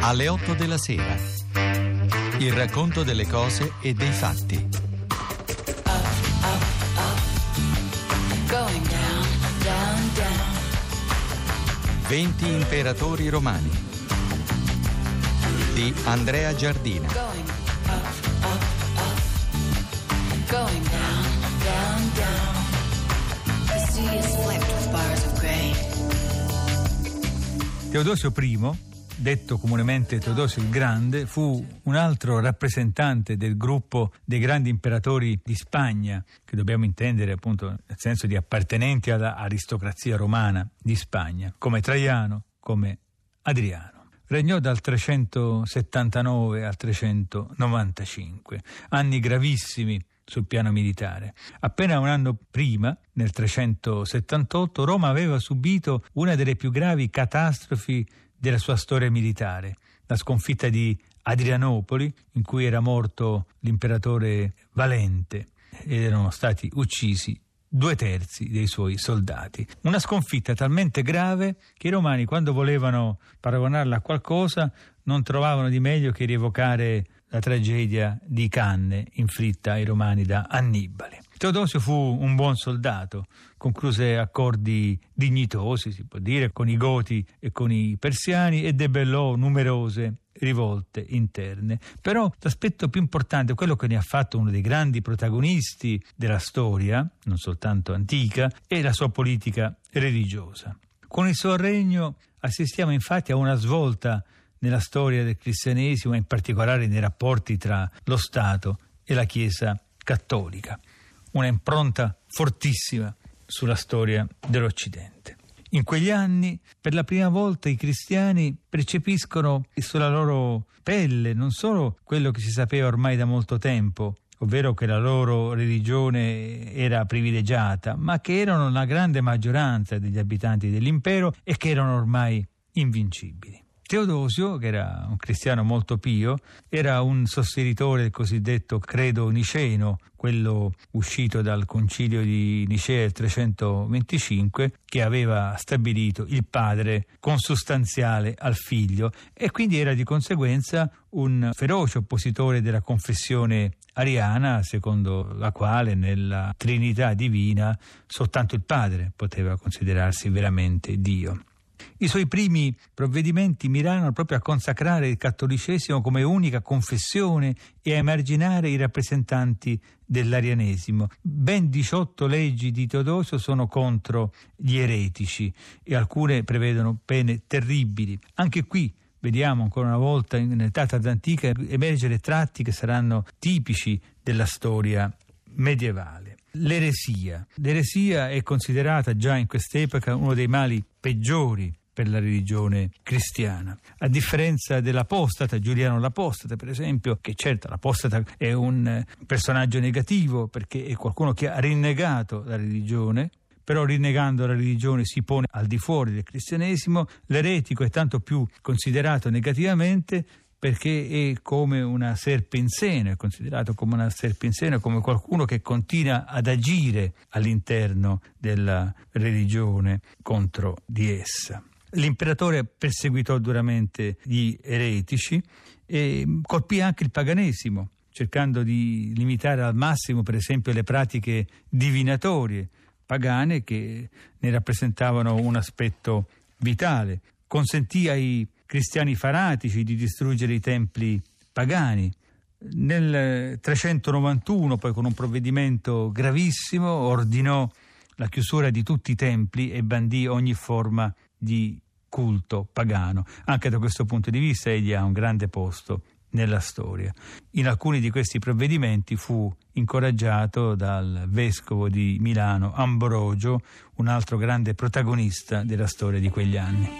Alle 8 della sera. Il racconto delle cose e dei fatti. Going down, down, down. 20 imperatori romani di Andrea Giardina. Going up, up, up. Going down, down, down. The sea is flecked with bars of gray. Teodosio I, detto comunemente Teodosio il Grande, fu un altro rappresentante del gruppo dei grandi imperatori di Spagna, che dobbiamo intendere appunto nel senso di appartenenti all'aristocrazia romana di Spagna, come Traiano, come Adriano. Regnò dal 379 al 395, anni gravissimi sul piano militare. Appena un anno prima, nel 378, Roma aveva subito una delle più gravi catastrofi della sua storia militare, la sconfitta di Adrianopoli, in cui era morto l'imperatore Valente ed erano stati uccisi 2/3 dei suoi soldati. Una sconfitta talmente grave che i romani, quando volevano paragonarla a qualcosa, non trovavano di meglio che rievocare la tragedia di Canne inflitta ai romani da Annibale. Teodosio fu un buon soldato, concluse accordi dignitosi, si può dire, con i Goti e con i Persiani e debellò numerose rivolte interne. Però l'aspetto più importante, quello che ne ha fatto uno dei grandi protagonisti della storia, non soltanto antica, è la sua politica religiosa. Con il suo regno assistiamo infatti a una svolta nella storia del cristianesimo, in particolare nei rapporti tra lo Stato e la Chiesa cattolica. Una impronta fortissima sulla storia dell'Occidente. In quegli anni, per la prima volta, i cristiani percepiscono sulla loro pelle non solo quello che si sapeva ormai da molto tempo, ovvero che la loro religione era privilegiata, ma che erano la grande maggioranza degli abitanti dell'impero e che erano ormai invincibili. Teodosio, che era un cristiano molto pio, era un sostenitore del cosiddetto credo niceno, quello uscito dal concilio di Nicea del 325, che aveva stabilito il padre consustanziale al figlio, e quindi era di conseguenza un feroce oppositore della confessione ariana, secondo la quale nella Trinità divina soltanto il padre poteva considerarsi veramente Dio. I suoi primi provvedimenti mirarono proprio a consacrare il cattolicesimo come unica confessione e a emarginare i rappresentanti dell'arianesimo. Ben 18 leggi di Teodosio sono contro gli eretici e alcune prevedono pene terribili. Anche qui vediamo ancora una volta in età tardantica emergere tratti che saranno tipici della storia medievale. L'eresia è considerata già in quest'epoca uno dei mali peggiori per la religione cristiana, a differenza dell'apostata, Giuliano l'Apostata per esempio, che certo l'apostata è un personaggio negativo perché è qualcuno che ha rinnegato la religione, però rinnegando la religione si pone al di fuori del cristianesimo. L'eretico è tanto più considerato negativamente perché è come una serpe in seno, è considerato come una serpe in seno, come qualcuno che continua ad agire all'interno della religione contro di essa. L'imperatore perseguitò duramente gli eretici e colpì anche il paganesimo, cercando di limitare al massimo per esempio le pratiche divinatorie pagane che ne rappresentavano un aspetto vitale. Consentì ai cristiani fanatici di distruggere i templi pagani. Nel 391, poi con un provvedimento gravissimo, ordinò la chiusura di tutti i templi e bandì ogni forma di culto pagano. Anche da questo punto di vista egli ha un grande posto nella storia. In alcuni di questi provvedimenti fu incoraggiato dal vescovo di Milano Ambrogio, un altro grande protagonista della storia di quegli anni.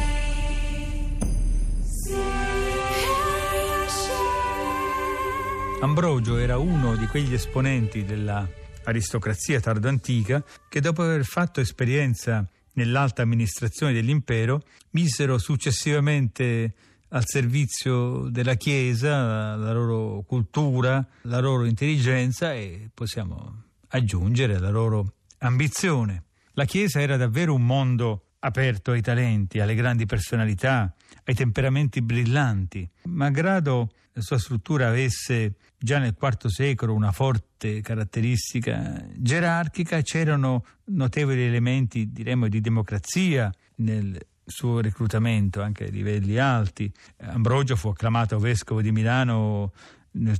Ambrogio era uno di quegli esponenti della aristocrazia tardoantica che, dopo aver fatto esperienza nell'alta amministrazione dell'impero, misero successivamente al servizio della Chiesa la loro cultura, la loro intelligenza e possiamo aggiungere la loro ambizione. La Chiesa era davvero un mondo aperto ai talenti, alle grandi personalità, ai temperamenti brillanti. Malgrado la sua struttura avesse già nel IV secolo una forte caratteristica gerarchica, c'erano notevoli elementi, diremmo, di democrazia nel suo reclutamento anche a livelli alti. Ambrogio fu acclamato vescovo di Milano nel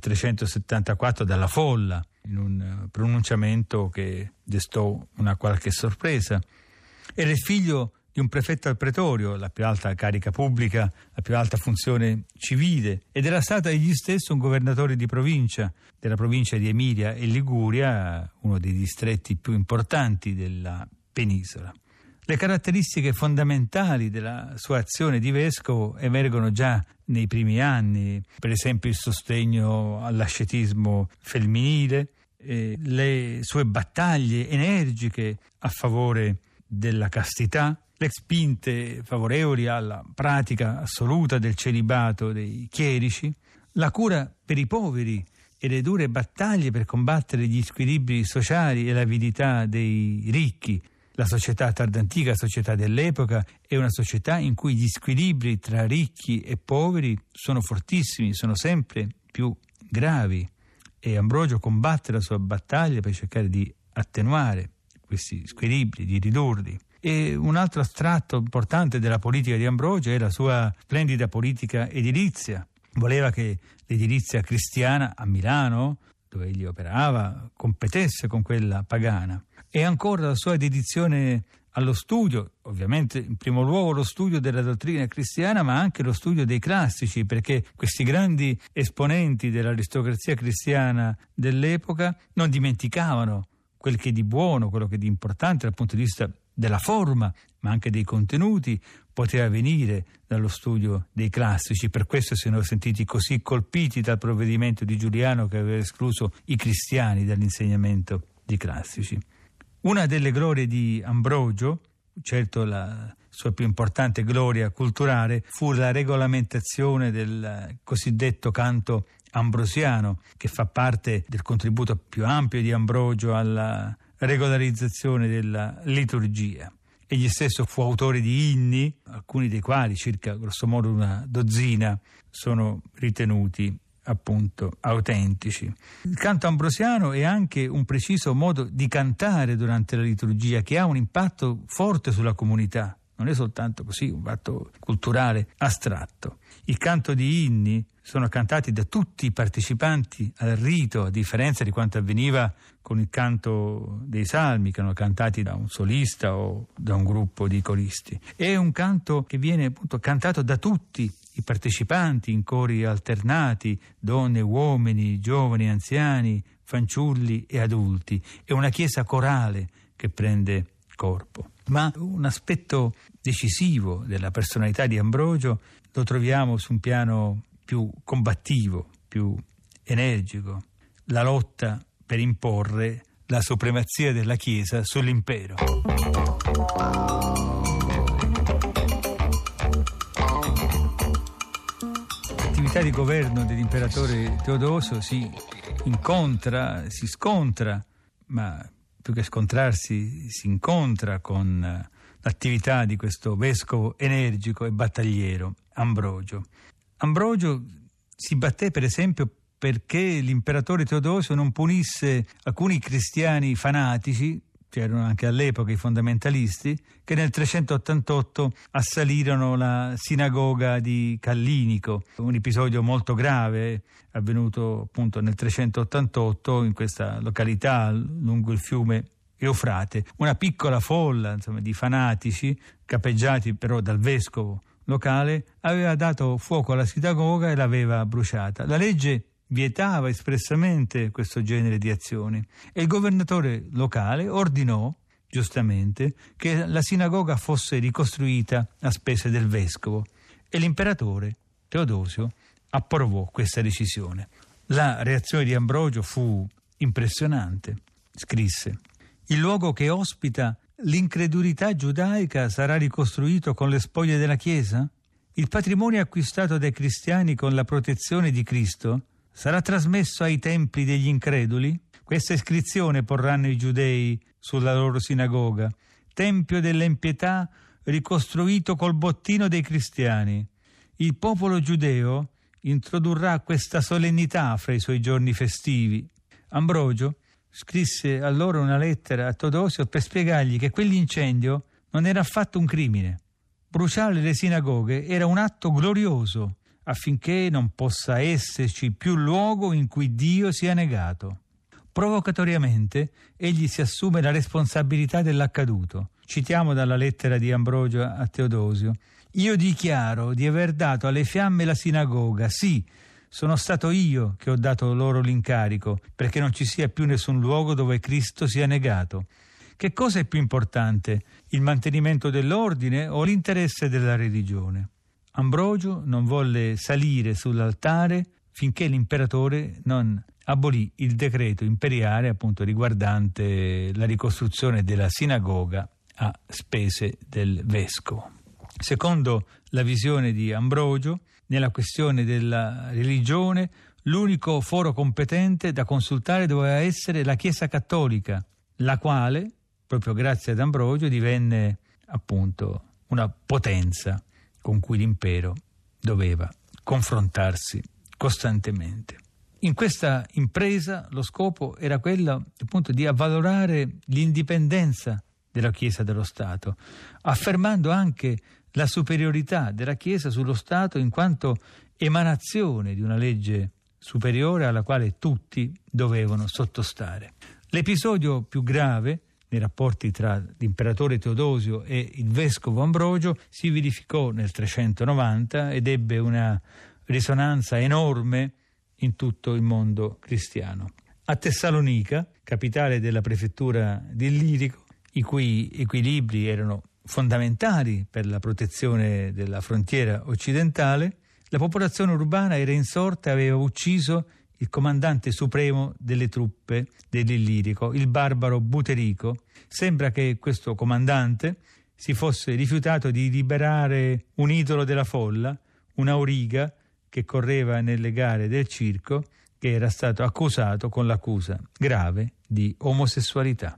374 dalla folla, in un pronunciamento che destò una qualche sorpresa. Era il figlio di un prefetto al pretorio, la più alta carica pubblica, la più alta funzione civile, ed era stato egli stesso un governatore di provincia, della provincia di Emilia e Liguria, uno dei distretti più importanti della penisola. Le caratteristiche fondamentali della sua azione di vescovo emergono già nei primi anni, per esempio il sostegno all'ascetismo femminile, le sue battaglie energiche a favore della castità, le spinte favorevoli alla pratica assoluta del celibato dei chierici, la cura per i poveri e le dure battaglie per combattere gli squilibri sociali e l'avidità dei ricchi. La società tardantica, società dell'epoca, è una società in cui gli squilibri tra ricchi e poveri sono fortissimi, sono sempre più gravi, e Ambrogio combatte la sua battaglia per cercare di attenuare questi squilibri, di ridurli. E un altro astratto importante della politica di Ambrogio è la sua splendida politica edilizia. Voleva che l'edilizia cristiana a Milano, dove egli operava, competesse con quella pagana. E ancora la sua dedizione allo studio, ovviamente in primo luogo lo studio della dottrina cristiana, ma anche lo studio dei classici, perché questi grandi esponenti dell'aristocrazia cristiana dell'epoca non dimenticavano quel che di buono, quello che di importante dal punto di vista della forma, ma anche dei contenuti, poteva venire dallo studio dei classici. Per questo si sono sentiti così colpiti dal provvedimento di Giuliano che aveva escluso i cristiani dall'insegnamento di classici. Una delle glorie di Ambrogio, certo la sua più importante gloria culturale, fu la regolamentazione del cosiddetto canto ambrosiano, che fa parte del contributo più ampio di Ambrogio alla regolarizzazione della liturgia. Egli stesso fu autore di inni, alcuni dei quali, circa grossomodo una dozzina, sono ritenuti appunto autentici. Il canto ambrosiano è anche un preciso modo di cantare durante la liturgia che ha un impatto forte sulla comunità, non è soltanto così un fatto culturale astratto. Il canto di inni sono cantati da tutti i partecipanti al rito, a differenza di quanto avveniva con il canto dei salmi, che erano cantati da un solista o da un gruppo di coristi. È un canto che viene appunto cantato da tutti i partecipanti in cori alternati, donne, uomini, giovani, anziani, fanciulli e adulti. È una chiesa corale che prende corpo. Ma un aspetto decisivo della personalità di Ambrogio lo troviamo su un piano più combattivo, più energico, la lotta per imporre la supremazia della Chiesa sull'impero. L'attività di governo dell'imperatore Teodosio si scontra, ma più che scontrarsi si incontra con l'attività di questo vescovo energico e battagliero Ambrogio. Ambrogio si batté per esempio perché l'imperatore Teodosio non punisse alcuni cristiani fanatici, c'erano anche all'epoca i fondamentalisti, che nel 388 assalirono la sinagoga di Callinico, un episodio molto grave avvenuto appunto nel 388 in questa località lungo il fiume Eufrate. Una piccola folla di fanatici, capeggiati però dal vescovo locale, aveva dato fuoco alla sinagoga e l'aveva bruciata. La legge vietava espressamente questo genere di azioni e il governatore locale ordinò, giustamente, che la sinagoga fosse ricostruita a spese del vescovo e l'imperatore Teodosio approvò questa decisione. La reazione di Ambrogio fu impressionante. Scrisse: «Il luogo che ospita l'incredulità giudaica sarà ricostruito con le spoglie della Chiesa? Il patrimonio acquistato dai cristiani con la protezione di Cristo sarà trasmesso ai templi degli increduli? Questa iscrizione porranno i giudei sulla loro sinagoga: Tempio dell'impietà ricostruito col bottino dei cristiani. Il popolo giudeo introdurrà questa solennità fra i suoi giorni festivi. Ambrogio scrisse allora una lettera a Teodosio per spiegargli che quell'incendio non era affatto un crimine. Bruciare le sinagoghe era un atto glorioso affinché non possa esserci più luogo in cui Dio sia negato. Provocatoriamente egli si assume la responsabilità dell'accaduto. Citiamo dalla lettera di Ambrogio a Teodosio: «Io dichiaro di aver dato alle fiamme la sinagoga, sì, sono stato io che ho dato loro l'incarico, perché non ci sia più nessun luogo dove Cristo sia negato». Che cosa è più importante, il mantenimento dell'ordine o l'interesse della religione? Ambrogio non volle salire sull'altare finché l'imperatore non abolì il decreto imperiale appunto riguardante la ricostruzione della sinagoga a spese del vescovo. Secondo la visione di Ambrogio, nella questione della religione, l'unico foro competente da consultare doveva essere la Chiesa cattolica, la quale, proprio grazie ad Ambrogio, divenne appunto una potenza con cui l'impero doveva confrontarsi costantemente. In questa impresa lo scopo era quello appunto di avvalorare l'indipendenza della Chiesa dallo Stato, affermando anche la superiorità della Chiesa sullo Stato in quanto emanazione di una legge superiore alla quale tutti dovevano sottostare. L'episodio più grave nei rapporti tra l'imperatore Teodosio e il vescovo Ambrogio si verificò nel 390 ed ebbe una risonanza enorme in tutto il mondo cristiano. A Tessalonica, capitale della prefettura di Illirico, i cui equilibri erano fondamentali per la protezione della frontiera occidentale, la popolazione urbana era insorta e aveva ucciso il comandante supremo delle truppe dell'Illirico, il barbaro Buterico. Sembra che questo comandante si fosse rifiutato di liberare un idolo della folla, un'auriga che correva nelle gare del circo, che era stato accusato con l'accusa grave di omosessualità.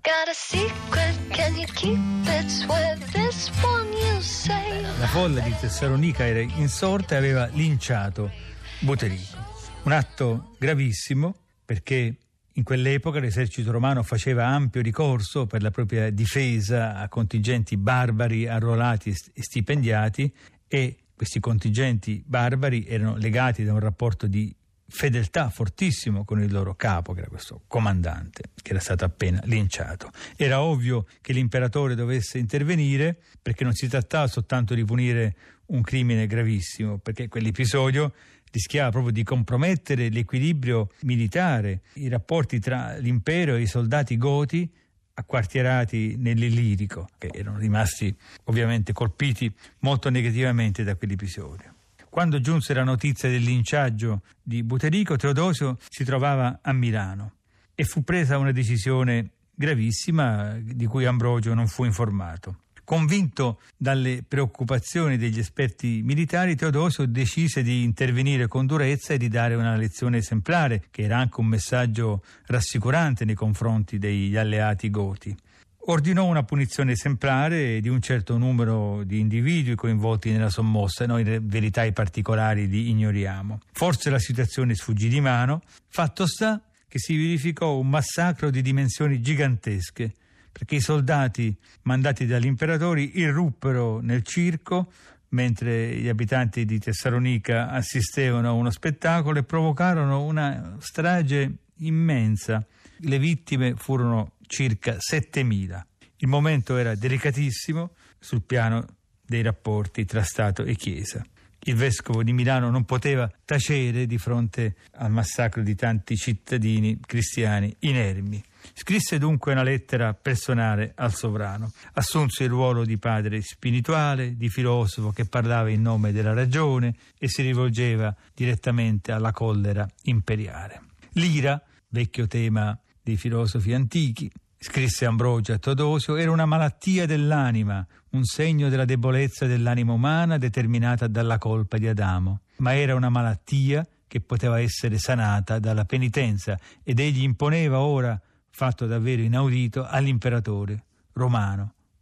La folla di Tessalonica era insorta e aveva linciato Buterico. Un atto gravissimo perché in quell'epoca l'esercito romano faceva ampio ricorso per la propria difesa a contingenti barbari arruolati e stipendiati, e questi contingenti barbari erano legati da un rapporto di fedeltà fortissimo con il loro capo, che era questo comandante che era stato appena linciato. Era ovvio che l'imperatore dovesse intervenire, perché non si trattava soltanto di punire un crimine gravissimo, perché quell'episodio rischiava proprio di compromettere l'equilibrio militare, i rapporti tra l'impero e i soldati goti acquartierati nell'Illirico, che erano rimasti ovviamente colpiti molto negativamente da quell'episodio. Quando giunse la notizia del linciaggio di Buterico, Teodosio si trovava a Milano e fu presa una decisione gravissima di cui Ambrogio non fu informato. Convinto dalle preoccupazioni degli esperti militari, Teodosio decise di intervenire con durezza e di dare una lezione esemplare, che era anche un messaggio rassicurante nei confronti degli alleati goti. Ordinò una punizione esemplare di un certo numero di individui coinvolti nella sommossa. Noi in verità i particolari li ignoriamo. Forse la situazione sfuggì di mano. Fatto sta che si verificò un massacro di dimensioni gigantesche, perché i soldati mandati dagli imperatori irruppero nel circo mentre gli abitanti di Tessalonica assistevano a uno spettacolo e provocarono una strage immensa. Le vittime furono circa 7.000. Il momento era delicatissimo sul piano dei rapporti tra Stato e Chiesa. Il vescovo di Milano non poteva tacere di fronte al massacro di tanti cittadini cristiani inermi. Scrisse dunque una lettera personale al sovrano. Assunse il ruolo di padre spirituale, di filosofo che parlava in nome della ragione e si rivolgeva direttamente alla collera imperiale. L'ira, vecchio tema dei filosofi antichi, scrisse Ambrogio a Teodosio, era una malattia dell'anima, un segno della debolezza dell'anima umana determinata dalla colpa di Adamo. Ma era una malattia che poteva essere sanata dalla penitenza, ed egli imponeva ora, fatto davvero inaudito, all'imperatore romano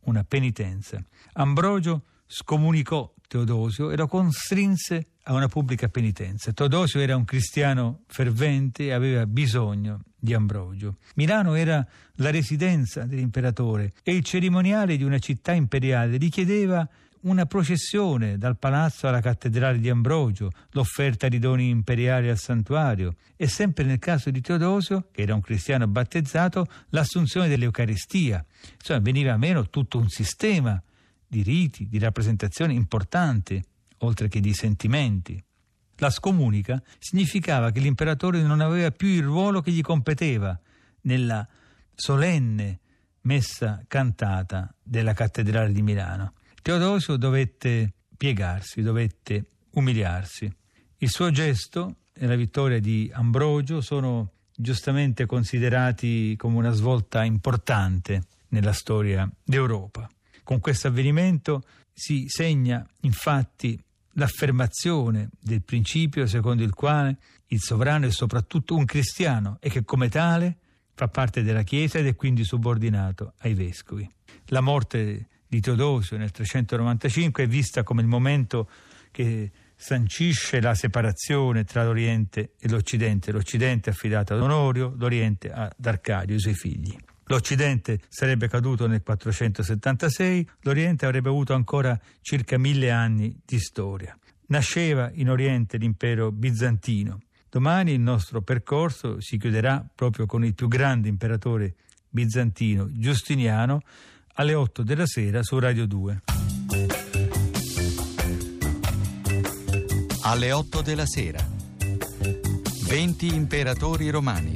una penitenza. Ambrogio scomunicò Teodosio e lo costrinse a una pubblica penitenza. Teodosio era un cristiano fervente e aveva bisogno di Ambrogio. Milano era la residenza dell'imperatore e il cerimoniale di una città imperiale richiedeva una processione dal palazzo alla cattedrale di Ambrogio, l'offerta di doni imperiali al santuario e, sempre nel caso di Teodosio, che era un cristiano battezzato, l'assunzione dell'Eucaristia. Insomma, veniva meno tutto un sistema di riti, di rappresentazioni importanti, oltre che di sentimenti. La scomunica significava che l'imperatore non aveva più il ruolo che gli competeva nella solenne messa cantata della cattedrale di Milano. Teodosio dovette piegarsi, dovette umiliarsi. Il suo gesto e la vittoria di Ambrogio sono giustamente considerati come una svolta importante nella storia d'Europa. Con questo avvenimento si segna infatti l'affermazione del principio secondo il quale il sovrano è soprattutto un cristiano e che come tale fa parte della Chiesa ed è quindi subordinato ai vescovi. La morte di Teodosio nel 395 è vista come il momento che sancisce la separazione tra l'Oriente e l'Occidente. L'Occidente è affidato ad Onorio, l'Oriente ad Arcadio, i suoi figli. L'Occidente sarebbe caduto nel 476, l'Oriente avrebbe avuto ancora circa 1000 anni di storia. Nasceva in Oriente l'impero bizantino. Domani il nostro percorso si chiuderà proprio con il più grande imperatore bizantino, Giustiniano, alle 8 della sera su Radio 2. Alle 8 della sera. 20 imperatori romani.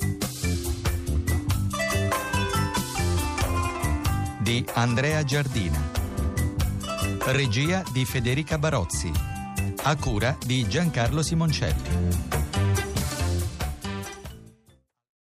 Di Andrea Giardina. Regia di Federica Barozzi. A cura di Giancarlo Simoncelli.